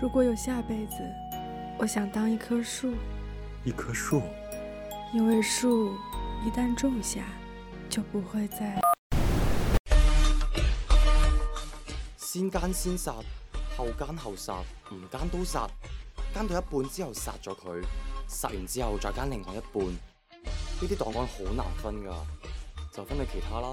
如果有下辈子，我想当一棵树。 一棵树？ 因为树一旦种下，就不会再先奸先殺，後奸後殺，唔奸都殺，奸到一半之後殺咗佢，殺完之後再奸另外一半，呢啲檔案好難分㗎，就分你其他啦。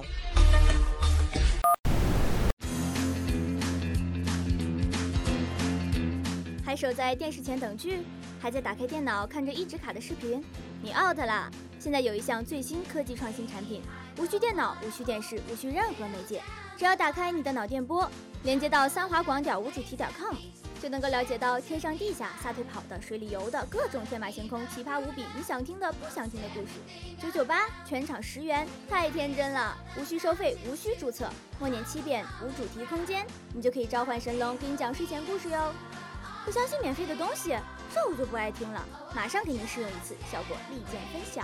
还守在电视前等剧，还在打开电脑看着一直卡的视频，你 out 啦！现在有一项最新科技创新产品，无需电脑，无需电视，无需任何媒介，只要打开你的脑电波，连接到三华广无主题.com， 就能够了解到天上地下、撒腿跑的、水里游的各种天马行空、奇葩无比，你想听的、不想听的故事。998全场10元，太天真了！无需收费，无需注册，默念7遍无主题空间，你就可以召唤神龙给你讲睡前故事哟。不相信免费的东西，这我就不爱听了。马上给您试用一次，效果立见分晓。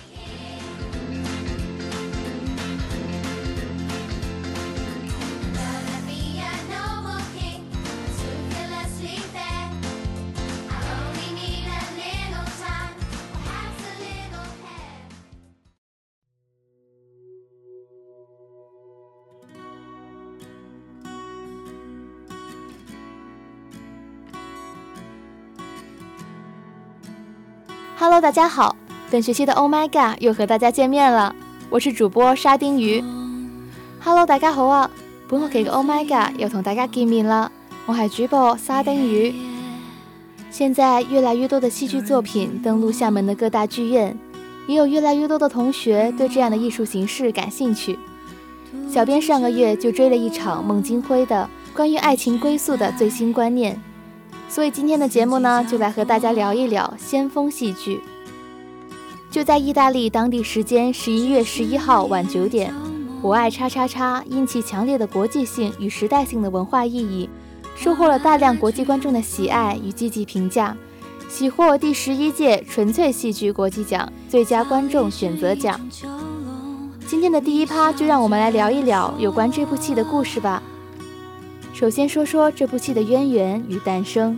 Hello， 大家好，本学期的 Oh My God 又和大家见面了，我是主播沙丁魚。Hello， 大家好啊！本學期嘅 Oh My God 又同大家見面啦，我係主播沙丁魚。現在越來越多的戲劇作品登陸廈門的各大劇院，也有越來越多的同學對這樣的藝術形式感興趣。小編上個月就追了一場孟京輝的關於愛情歸宿的最新觀念。所以今天的節目呢，就來和大家聊一聊先鋒戲劇。就在意大利當地時間11月11號晚9點，我愛叉叉叉因其強烈的國際性與時代性的文化意義，收穫了大量國際觀眾的喜愛與積極評價，喜獲第11屆純粹戲劇國際獎最佳觀眾選擇獎。今天的第一趴就讓我們來聊一聊有關這部戲的故事吧。首先說說這部戲的淵源與誕生。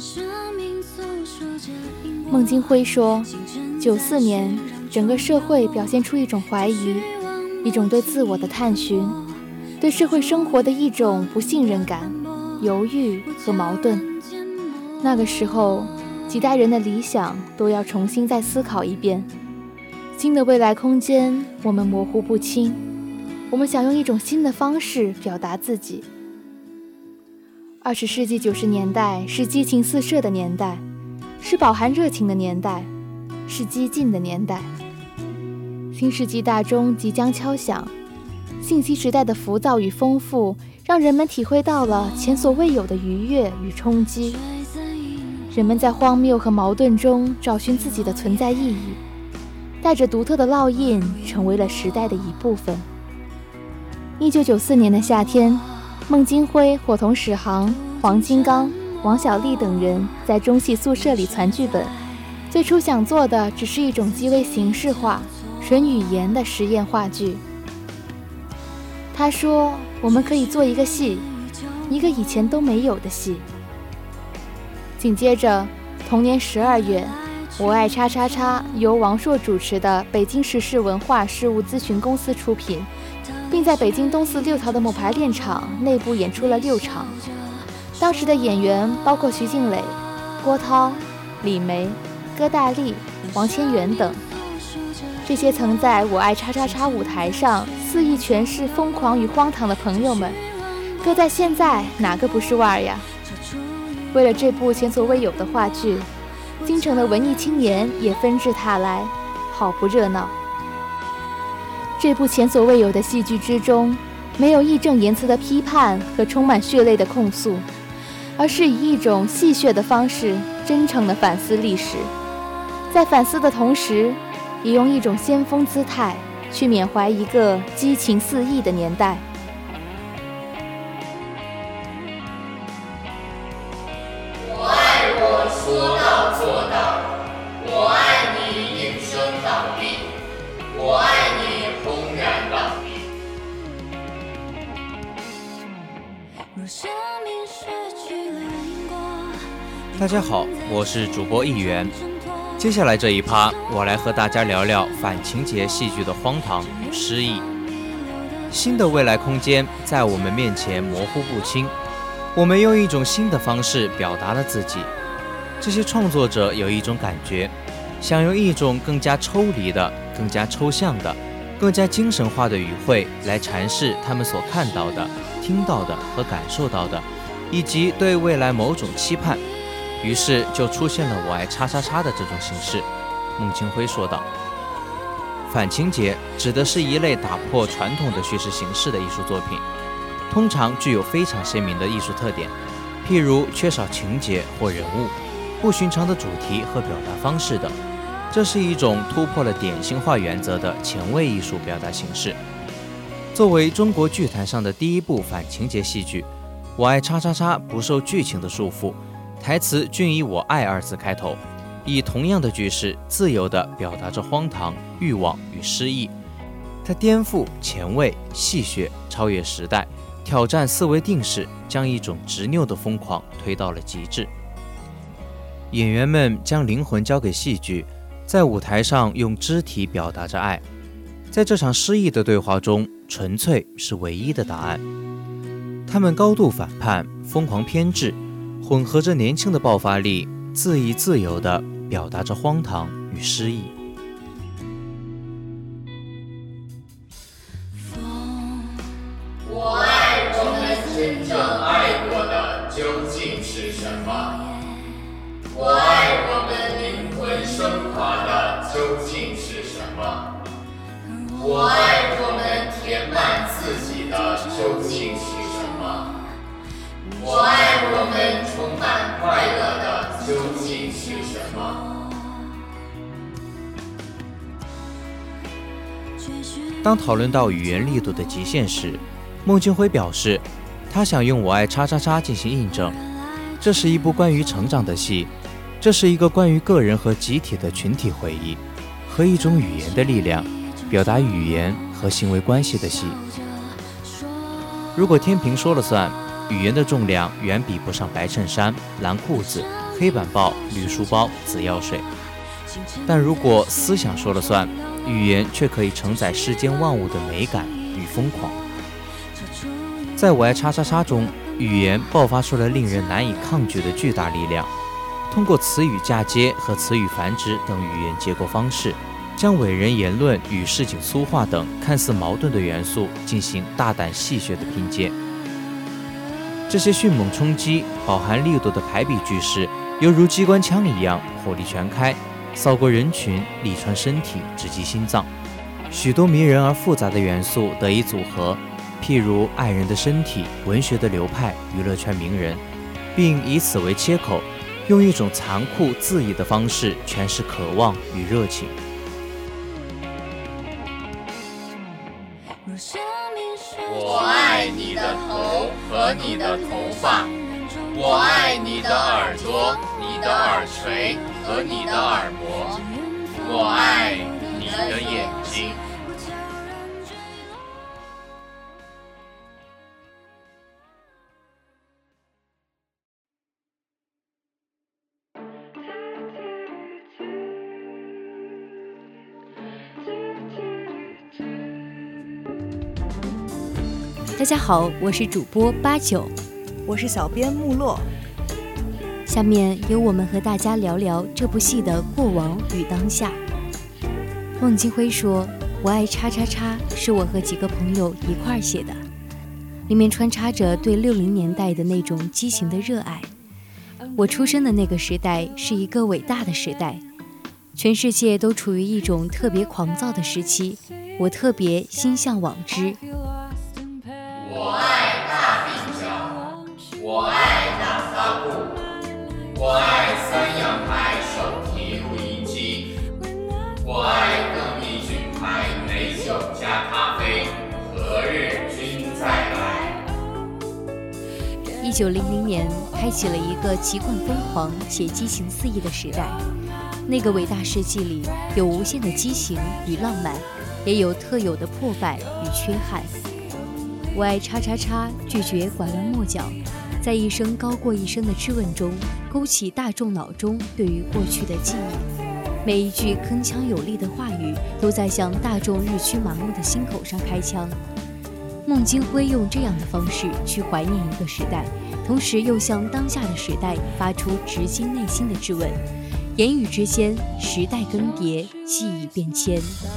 孟京輝說，94年，整個社會表現出一種懷疑，一種對自我的探尋，對社會生活的一種不信任感、猶豫和矛盾。那個時候，幾代人的理想都要重新再思考一遍。新的未來空間，我們模糊不清。我們想用一種新的方式表達自己。20世紀90年代是激情四射的年代，是飽含熱情的年代，是激進的年代。新世紀大鐘即將敲響，信息時代的浮躁與豐富，讓人們體會到了前所未有的愉悅與衝擊。人們在荒謬和矛盾中找尋自己的存在意義，帶着獨特的烙印，成為了時代的一部分。1994年的夏天，孟京輝夥同史航、黃金剛、王小利等人在中戲宿舍裡傳劇本，最初想做的只是一種極為形式化、純語言的實驗話劇。他說，我們可以做一個戲，一個以前都沒有的戲。緊接着，同年12月，我愛叉叉叉由王朔主持的北京時事文化事務諮詢公司出品，並在北京東四6條的某排練場內部演出了6場。當時的演員包括徐靜蕾、郭濤、李梅、戈大利、王千源等。這些曾在我愛叉叉叉舞台上肆意詮釋瘋狂與荒唐的朋友們，擱在現在哪個不是腕兒呀？為了這部前所未有的話劇，京城的文藝青年也紛至沓來，好不熱鬧。這部前所未有的戲劇之中，沒有義正言辭的批判和充滿血淚的控訴，而是以一種戲謔的方式真誠地反思歷史，在反思的同時，也用一種先鋒姿態去緬懷一個激情四溢的年代。 我愛我說到做到，我愛你應聲倒地，我愛你轟然倒地。若生命失去了因果， 大家好，我是主播一元。接下来这一趴，我来和大家聊聊反情节戏剧的荒唐与诗意。新的未来空间在我们面前模糊不清，我们用一种新的方式表达了自己。这些创作者有一种感觉，想用一种更加抽离的、更加抽象的、更加精神化的语汇来阐释他们所看到的、听到的和感受到的，以及对未来某种期盼。于是就出现了我爱叉叉叉的这种形式。孟京辉说道。反情节指的是一类打破传统的叙事形式的艺术作品，通常具有非常鲜明的艺术特点，譬如缺少情节或人物、不寻常的主题和表达方式等。这是一种突破了典型化原则的前卫艺术表达形式。作为中国剧坛上的第一部反情节戏剧，我爱叉叉叉不受剧情的束缚，台词均以我爱二字开头，以同样的句式自由地表达着荒唐、欲望与诗意。它颠覆、前卫、戏谑，超越时代，挑战思维定式，将一种执拗的疯狂推到了极致。演员们将灵魂交给戏剧，在舞台上用肢体表达着爱。在这场诗意的对话中，纯粹是唯一的答案。他们高度反叛、疯狂偏执，混合着年轻的爆发力，恣意自由地表达着荒唐与诗意。 我爱我们真正爱过的究竟是什么？我爱我们灵魂升华的究竟是什么？我爱我们填满自己的究竟是什么？我爱我们充满快乐的究竟是什么？ 当讨论到语言力度的极限时，孟京辉表示，他想用我爱叉叉叉进行印证。这是一部关于成长的戏，这是一个关于个人和集体的群体回忆和一种语言的力量，表达语言和行为关系的戏。如果天平说了算，语言的重量远比不上白衬衫、蓝裤子、黑板报、绿书包、紫药水。但如果思想说了算，语言却可以承载世间万物的美感与疯狂。在我爱叉叉叉中，语言爆发出了令人难以抗拒的巨大力量。通过词语嫁接和词语繁殖等语言结构方式，将伟人言论与市井俗话等看似矛盾的元素进行大胆戏谑的拼接。这些迅猛冲击、饱含力度的排比句式，犹如机关枪一样火力全开，扫过人群，力穿身体，直击心脏。许多迷人而复杂的元素得以组合，譬如爱人的身体、文学的流派、娱乐圈名人，并以此为切口，用一种残酷恣意的方式诠释渴望与热情。 我爱你的头和你的头发，我爱你的耳朵、你的耳垂和你的耳膜，我爱你的眼睛。 大家好，我是主播89， 我是小编木洛。 下面由我们和大家聊聊这部戏的过往与当下。孟京辉说，我爱叉叉叉是我和几个朋友一块儿写的，里面穿插着对60年代的那种激情的热爱。我出生的那个时代是一个伟大的时代，全世界都处于一种特别狂躁的时期，我特别心向往之。 我爱大鬓角，我爱大发布，我爱三阳牌手提录音机，我爱邓丽君牌美酒加咖啡，何日君再来 ？1900年开启了一个奇幻疯狂且激情四溢的时代，那个伟大世纪里有无限的激情与浪漫，也有特有的破败与缺憾。我爱叉叉叉拒绝拐弯抹角， 在一声高过一声的质问中，勾起大众脑中对于过去的记忆。每一句铿锵有力的话语，都在向大众日趋麻木的心口上开枪。孟京辉用这样的方式去怀念一个时代，同时又向当下的时代发出直击内心的质问。言语之间，时代更迭，记忆变迁。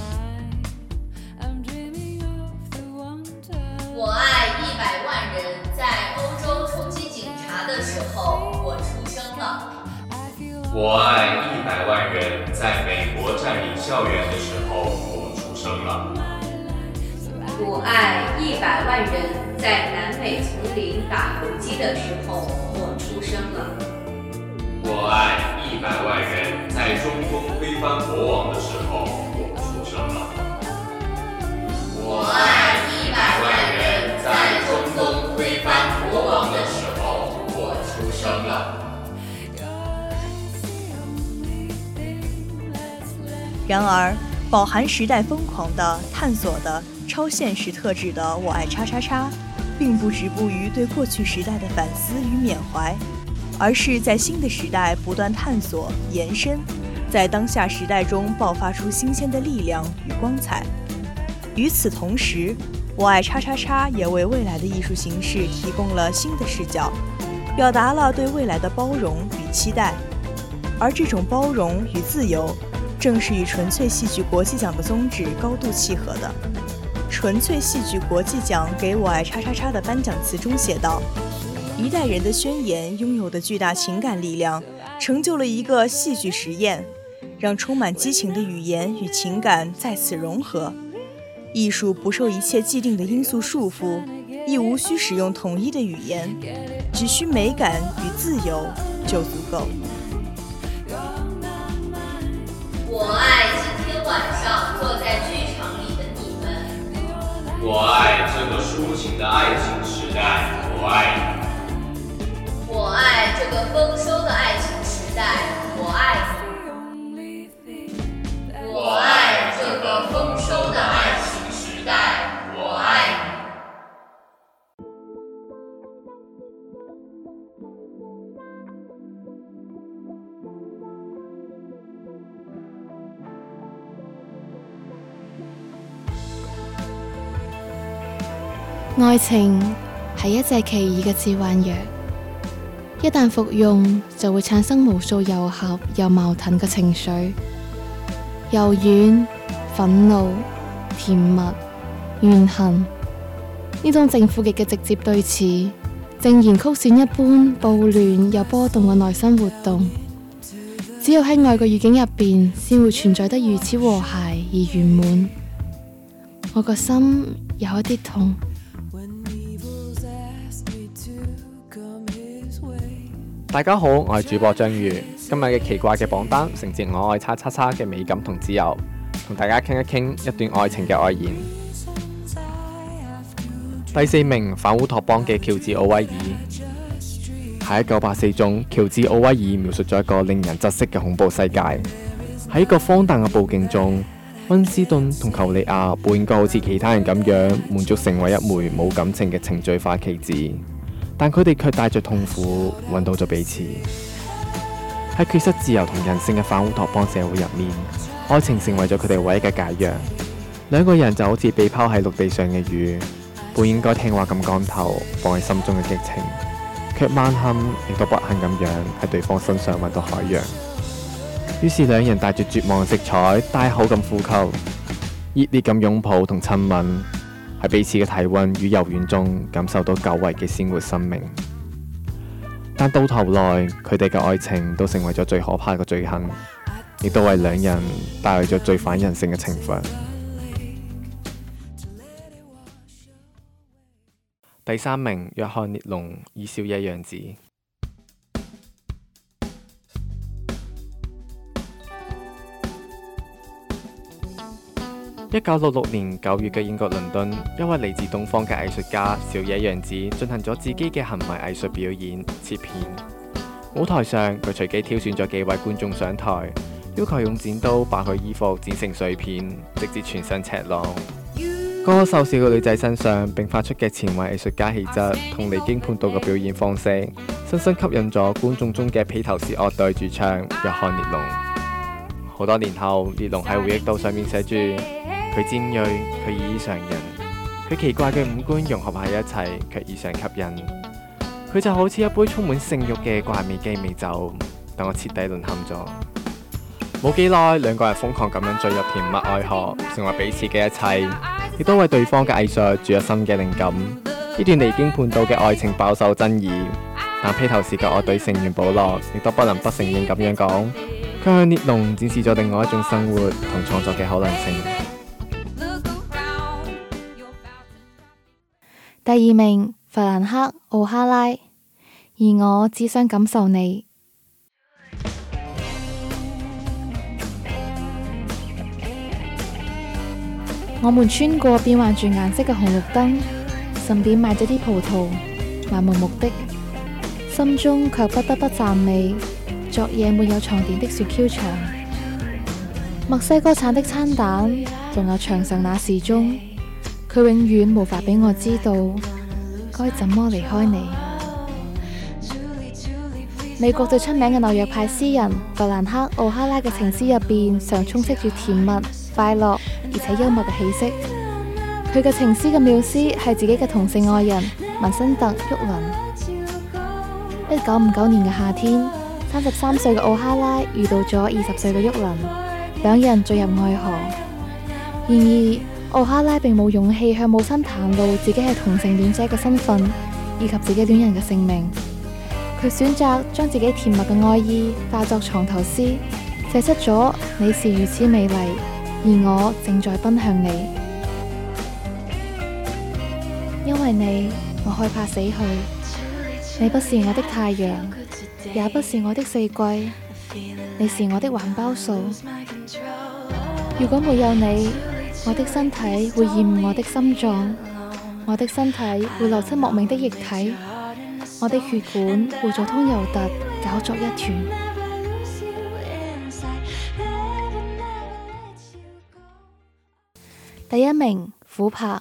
我爱100万人，在欧洲冲击警察的时候，我出生了。 我爱100万人，在美国占领校园的时候，我出生了。 我爱100万人，在南美丛林打游击的时候，我出生了。 我爱100万人，在中东推翻国王的时候，我出生了。我爱100万人，在中东推翻国王的时候，我出生了。 然而，饱含时代疯狂的、探索的、超现实特质的我爱叉叉叉，并不止步于对过去时代的反思与缅怀，而是在新的时代不断探索、延伸，在当下时代中爆发出新鲜的力量与光彩。与此同时，我爱叉叉叉也为未来的艺术形式提供了新的视角，表达了对未来的包容与期待。而这种包容与自由，正是与纯粹戏剧国际奖的宗旨高度契合的。纯粹戏剧国际奖给我爱叉叉叉的颁奖词中写道：一代人的宣言拥有的巨大情感力量，成就了一个戏剧实验，让充满激情的语言与情感在此融合。艺术不受一切既定的因素束缚，亦无需使用统一的语言，只需美感与自由就足够。 我爱今天晚上坐在剧场里的你们。 我爱这个抒情的爱情时代，我爱你。 我爱这个丰收的爱情时代，我爱你。 我爱这个丰收的爱情时代，我爱你。 愛情係一隻奇異嘅致幻藥，一旦服用就會產生無數又合又矛盾嘅情緒，柔軟、憤怒、甜蜜、怨恨，呢種正負極嘅直接對峙，正弦曲線一般暴亂又波動嘅內心活動。只有喺愛嘅語境入邊，先會存在得如此和諧而圓滿。我個心有一啲痛。 大家好，我係主播章魚。今日嘅奇怪嘅榜單承接我愛叉叉叉嘅美感同自由，同大家傾一傾一段愛情嘅愛言。第4名，反烏托邦嘅喬治奧威爾。喺1984中，喬治奧威爾描述咗一個令人窒息嘅恐怖世界。喺一個荒誕嘅佈景中，溫斯頓同裘利亞本應該好似其他人咁樣滿足成為一枚冇感情嘅程序化棋子。但佢哋卻帶着痛苦揾到咗彼此。喺缺失自由同人性嘅反烏托邦社會入面，愛情成為咗佢哋唯一嘅解藥。兩個人就好似被拋喺陸地上嘅魚，本應該聽話咁乾頭放喺心中嘅激情，卻萬幸亦都不幸咁樣喺對方身上揾到海洋。於是兩人帶住絕望嘅色彩，大口咁呼吸，熱烈咁擁抱同親吻。喺彼此嘅體溫與柔軟中感受到久違嘅鮮活生命，但到頭來佢哋嘅愛情都成為咗最可怕嘅罪行，亦都為兩人帶來咗最反人性嘅懲罰。第3名，約翰列龍以小野洋子。1966年9月嘅英國倫敦，一位嚟自東方嘅藝術家小野洋子進行咗自己嘅行為藝術表演切片。舞台上，佢隨機挑選咗幾位觀眾上台，要求用剪刀把佢衣服剪成碎片，直至全身赤裸。 嗰個瘦小嘅女仔身上迸發出嘅前衛藝術家氣質同離經叛道嘅表演方式，深深吸引咗觀眾中嘅披頭士樂隊主唱約翰列龍。好多年後，列龍喺回憶錄上面寫住：佢尖鋭，佢異常人，佢奇怪嘅五官融合喺一齊，卻異常吸引。佢就好似一杯充滿性慾嘅怪味雞尾酒，等我徹底淪陷咗。冇幾耐，兩個人瘋狂咁樣墜入甜蜜愛河，成為彼此嘅一切，亦都為對方嘅藝術注入新嘅靈感。呢段離經叛道嘅愛情飽受爭議，但披頭士嘅樂隊成員保羅亦都不能不承認咁樣講，佢向列龍展示咗另外一種生活同創作嘅可能性。 第二名，弗蘭克·奧哈拉，而我只想感受你。我們穿過變幻住顏色嘅紅綠燈，順便買咗啲葡萄，漫無目的，心中卻不得不讚美昨夜沒有床墊的雪橇場。墨西哥產的餐蛋，仲有牆上那時鐘，佢永遠無法俾我知道該怎麼離開你。美國最出名嘅紐約派詩人弗蘭克·奧哈拉嘅情詩入邊，常充斥住甜蜜、快樂而且幽默嘅氣息。佢嘅情詩嘅繆斯係自己嘅同性愛人文森特·沃倫。1959年嘅夏天，33歲嘅奧哈拉遇到咗20歲嘅沃倫，兩人墜入愛河。然而，奧哈拉並冇勇氣向母親袒露自己係同性戀者嘅身份，以及自己戀人嘅姓名。佢選擇將自己甜蜜嘅愛意化作床頭詩，寫出咗你是如此美麗，而我正在奔向你。因為你，我害怕死去。你不是我的太陽，也不是我的四季，你是我的環孢素。如果沒有你，我的身體會厭惡我的心臟，我的身體會流出莫名的液體，我的血管會做通油突，攪作一團。第一名，琥珀。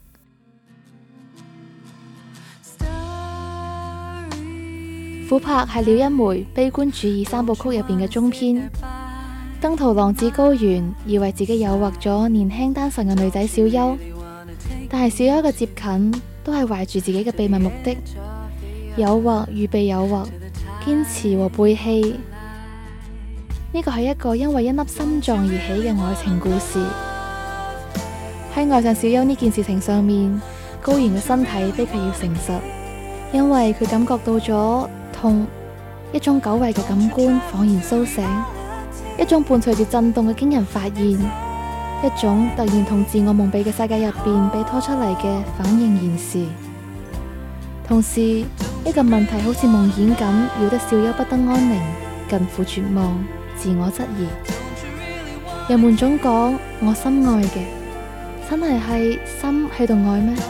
琥珀係了一枚悲觀主義三部曲入邊嘅中篇。登徒浪子高原以為自己誘惑咗年輕單純嘅女仔小優，但係小優嘅接近都係懷住自己嘅秘密目的。誘惑與被誘惑，堅持和背棄，呢個係一個因為一粒心臟而起嘅愛情故事。喺愛上小優呢件事情上面，高原嘅身體逼佢要誠實，因為佢感覺到咗痛，一種久違嘅感官恍然蘇醒，一種伴隨住震動嘅驚人發現，一種突然同自我蒙蔽嘅世界入邊被拖出嚟嘅反應現時。同時，一個問題好似夢魘咁，擾得小優不得安寧，近乎絕望，自我質疑。人們總講我心愛嘅，真係心喺度愛咩？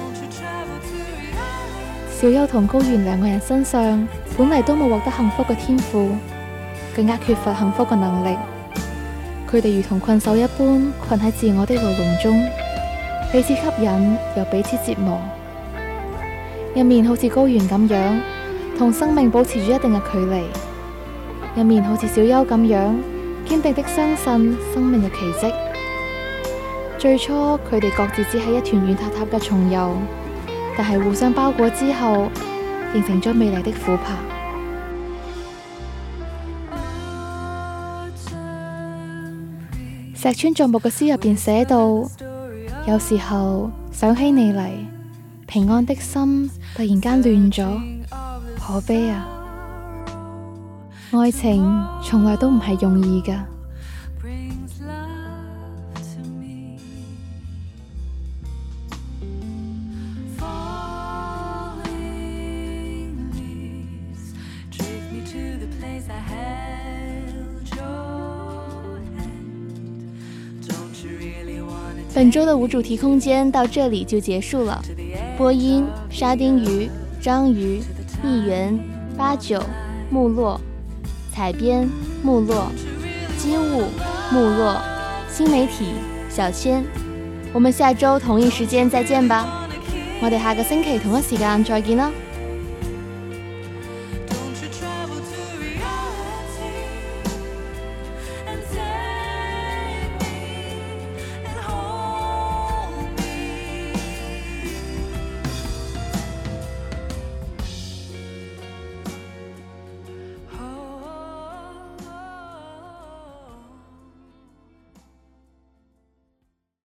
小優同高原兩個人身上本嚟都冇獲得幸福嘅天賦，更加缺乏幸福嘅能力。佢哋如同困獸一般，困喺自我的牢籠中，彼此吸引又彼此折磨。一面好似高原咁樣，同生命保持住一定嘅距離；一面好似小優咁樣，堅定的相信生命嘅奇蹟。最初佢哋各自只係一團軟塌塌嘅蟲油，但係互相包裹之後，形成咗美麗的琥珀。石川作木嘅詩入邊寫到：有時候想起你嚟，平安的心突然間亂咗，可悲啊！愛情從來都唔係容易㗎。本周的无主题空间到这里就结束了。播音：沙丁鱼、章鱼、蜜源、89、木洛；采编：木洛；机务：木洛；新媒体：小千； 我们下周同一时间再见吧。我哋下個星期同一時間再見啦。